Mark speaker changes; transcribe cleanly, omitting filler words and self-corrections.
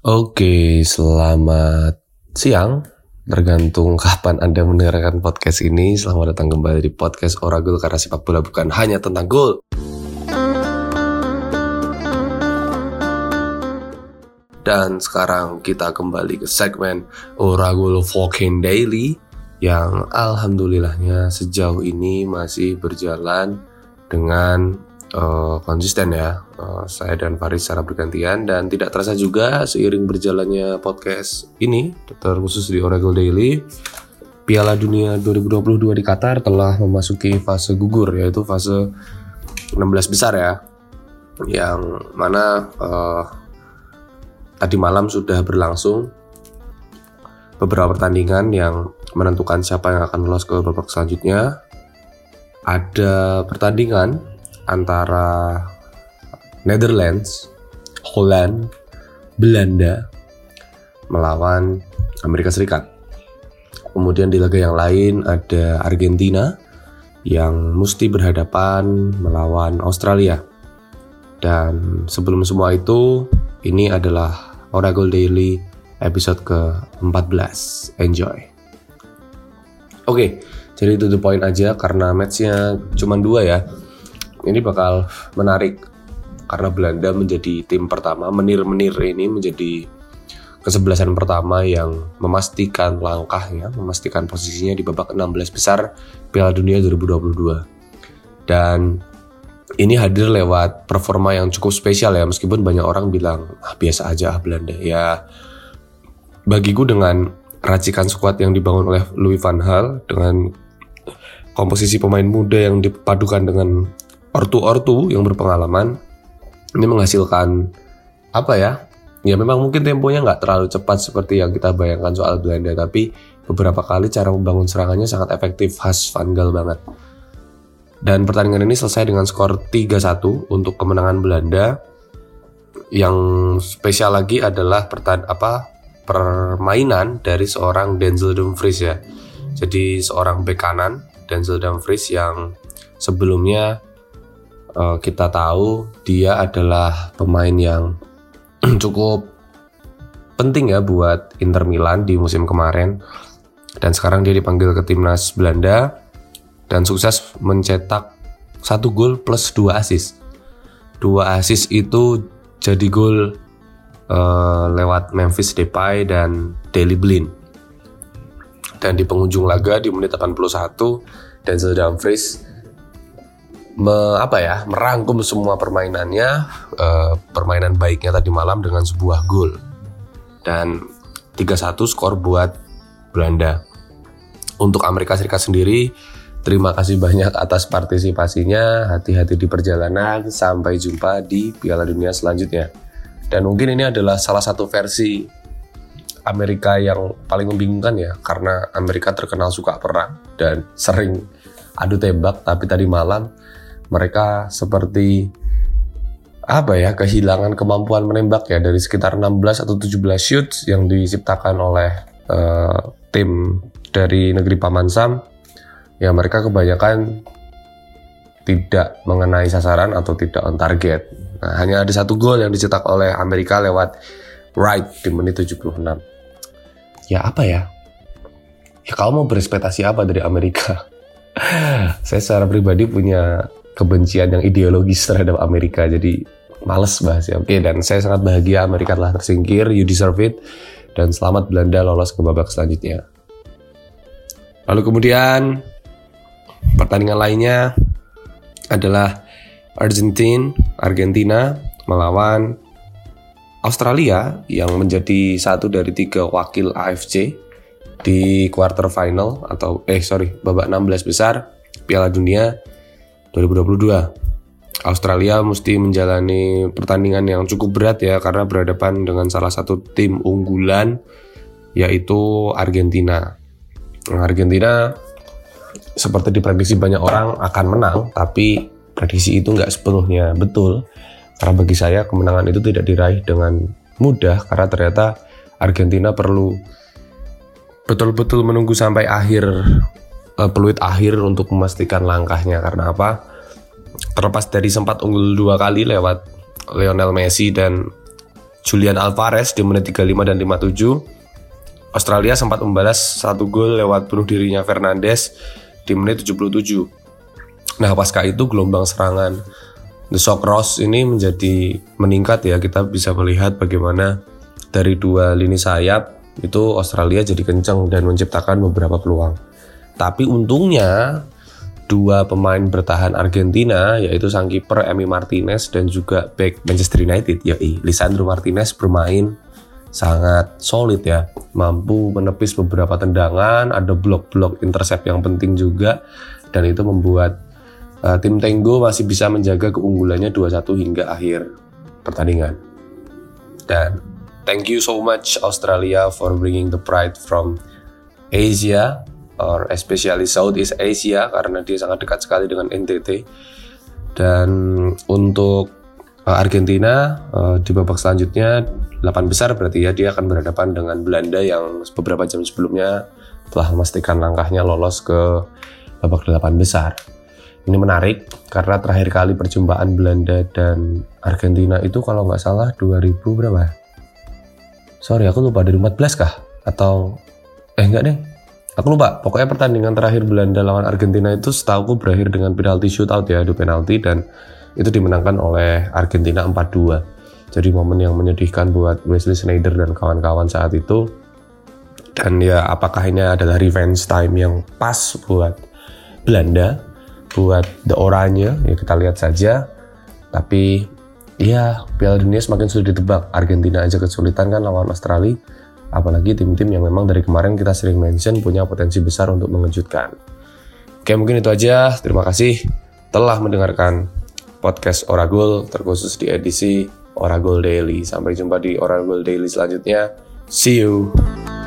Speaker 1: Oke, selamat siang. Tergantung kapan Anda mendengarkan podcast ini. Selamat datang kembali di podcast Oragul, karena sepak bola bukan hanya tentang gol. Dan sekarang kita kembali ke segmen Oragul Fucking Daily, yang alhamdulillahnya sejauh ini masih berjalan dengan konsisten ya. Saya dan Faris secara bergantian, dan tidak terasa juga seiring berjalannya podcast ini, terkhusus di Oragul Daily, Piala Dunia 2022 di Qatar telah memasuki fase gugur, yaitu fase 16 besar ya, yang mana tadi malam sudah berlangsung beberapa pertandingan yang menentukan siapa yang akan lolos ke babak selanjutnya. Ada pertandingan antara Netherlands, Holland, Belanda melawan Amerika Serikat. Kemudian di laga yang lain ada Argentina yang mesti berhadapan melawan Australia. Dan sebelum semua itu, ini adalah Oragul Daily episode ke-14. Enjoy. Oke, jadi to the point aja karena matchnya cuma 2 ya. Ini bakal menarik karena Belanda menjadi tim pertama, menir-menir ini menjadi kesebelasan pertama yang memastikan langkahnya, memastikan posisinya di babak 16 besar Piala Dunia 2022. Dan ini hadir lewat performa yang cukup spesial ya, meskipun banyak orang bilang biasa aja Belanda. Ya, bagiku dengan racikan skuad yang dibangun oleh Louis van Gaal, dengan komposisi pemain muda yang dipadukan dengan ortu-ortu yang berpengalaman, ini menghasilkan apa ya? Ya memang mungkin temponya nggak terlalu cepat seperti yang kita bayangkan soal Belanda, tapi beberapa kali cara membangun serangannya sangat efektif, khas Van Gaal banget. Dan pertandingan ini selesai dengan skor 3-1 untuk kemenangan Belanda. Yang spesial lagi adalah permainan dari seorang Denzel Dumfries ya. Jadi seorang bek kanan, Denzel Dumfries, yang sebelumnya kita tahu dia adalah pemain yang cukup penting ya buat Inter Milan di musim kemarin. Dan sekarang dia dipanggil ke timnas Belanda dan sukses mencetak 1 gol plus 2 assist. 2 assist itu jadi gol lewat Memphis Depay dan Daley Blind. Dan di penghujung laga di menit 81, Denzel Dumfries merangkum semua permainannya, permainan baiknya tadi malam dengan sebuah gol. Dan 3-1 skor buat Belanda. Untuk Amerika Serikat sendiri, terima kasih banyak atas partisipasinya. Hati-hati di perjalanan, sampai jumpa di Piala Dunia selanjutnya. Dan mungkin ini adalah salah satu versi Amerika yang paling membingungkan ya, karena Amerika terkenal suka perang dan sering adu tembak, tapi tadi malam mereka seperti kehilangan kemampuan menembak ya. Dari sekitar 16 atau 17 shoots yang diciptakan oleh tim dari negeri Paman Sam, ya mereka kebanyakan tidak mengenai sasaran atau tidak on target. Nah, hanya ada 1 gol yang dicetak oleh Amerika lewat Wright di menit 76. Ya kamu mau berekspektasi apa dari Amerika? Saya secara pribadi punya kebencian yang ideologis terhadap Amerika, jadi males bahas ya. Oke, dan saya sangat bahagia Amerika telah tersingkir. You deserve it. Dan selamat Belanda lolos ke babak selanjutnya. Lalu kemudian pertandingan lainnya adalah Argentina melawan Australia yang menjadi satu dari 3 wakil AFC di quarter final babak 16 besar Piala Dunia 2022. Australia mesti menjalani pertandingan yang cukup berat ya, karena berhadapan dengan salah satu tim unggulan, yaitu Argentina. Argentina seperti diprediksi banyak orang akan menang, tapi prediksi itu nggak sepenuhnya betul. Karena bagi saya kemenangan itu tidak diraih dengan mudah, karena ternyata Argentina perlu betul-betul menunggu sampai peluit akhir untuk memastikan langkahnya. Karena apa? Terlepas dari sempat unggul 2 kali lewat Lionel Messi dan Julian Alvarez di menit 35 dan 57. Australia sempat membalas 1 gol lewat bunuh dirinya Fernandes di menit 77. Nah, pasca itu gelombang serangan The Socceroos ini menjadi meningkat ya. Kita bisa melihat bagaimana dari 2 lini sayap itu Australia jadi kencang dan menciptakan beberapa peluang. Tapi untungnya 2 pemain bertahan Argentina, yaitu sang kiper Emi Martinez dan juga bek Manchester United, Lisandro Martinez, bermain sangat solid ya, mampu menepis beberapa tendangan, ada blok-blok intercept yang penting juga, dan itu membuat tim Tenggo masih bisa menjaga keunggulannya 2-1 hingga akhir pertandingan. Dan thank you so much Australia for bringing the pride from Asia, or especially Southeast Asia, karena dia sangat dekat sekali dengan NTT. Dan untuk Argentina di babak selanjutnya 8 besar berarti ya, dia akan berhadapan dengan Belanda yang beberapa jam sebelumnya telah memastikan langkahnya lolos ke babak 8 besar. Ini menarik karena terakhir kali perjumpaan Belanda dan Argentina itu kalau nggak salah 2000 berapa? Sorry, aku lupa, 2014 kah? Atau enggak deh. Aku lupa. Pokoknya pertandingan terakhir Belanda lawan Argentina itu setauku berakhir dengan penalti shootout ya, adu penalti, dan itu dimenangkan oleh Argentina 4-2. Jadi momen yang menyedihkan buat Wesley Sneijder dan kawan-kawan saat itu. Dan ya, apakah ini adalah revenge time yang pas buat Belanda, buat The Oranye, ya kita lihat saja. Tapi ya, Piala Dunia semakin sulit ditebak. Argentina aja kesulitan kan lawan Australia, apalagi tim-tim yang memang dari kemarin kita sering mention punya potensi besar untuk mengejutkan. Oke, mungkin itu aja. Terima kasih telah mendengarkan podcast Oragol, terkhusus di edisi Oragol Daily. Sampai jumpa di Oragol Daily selanjutnya. See you.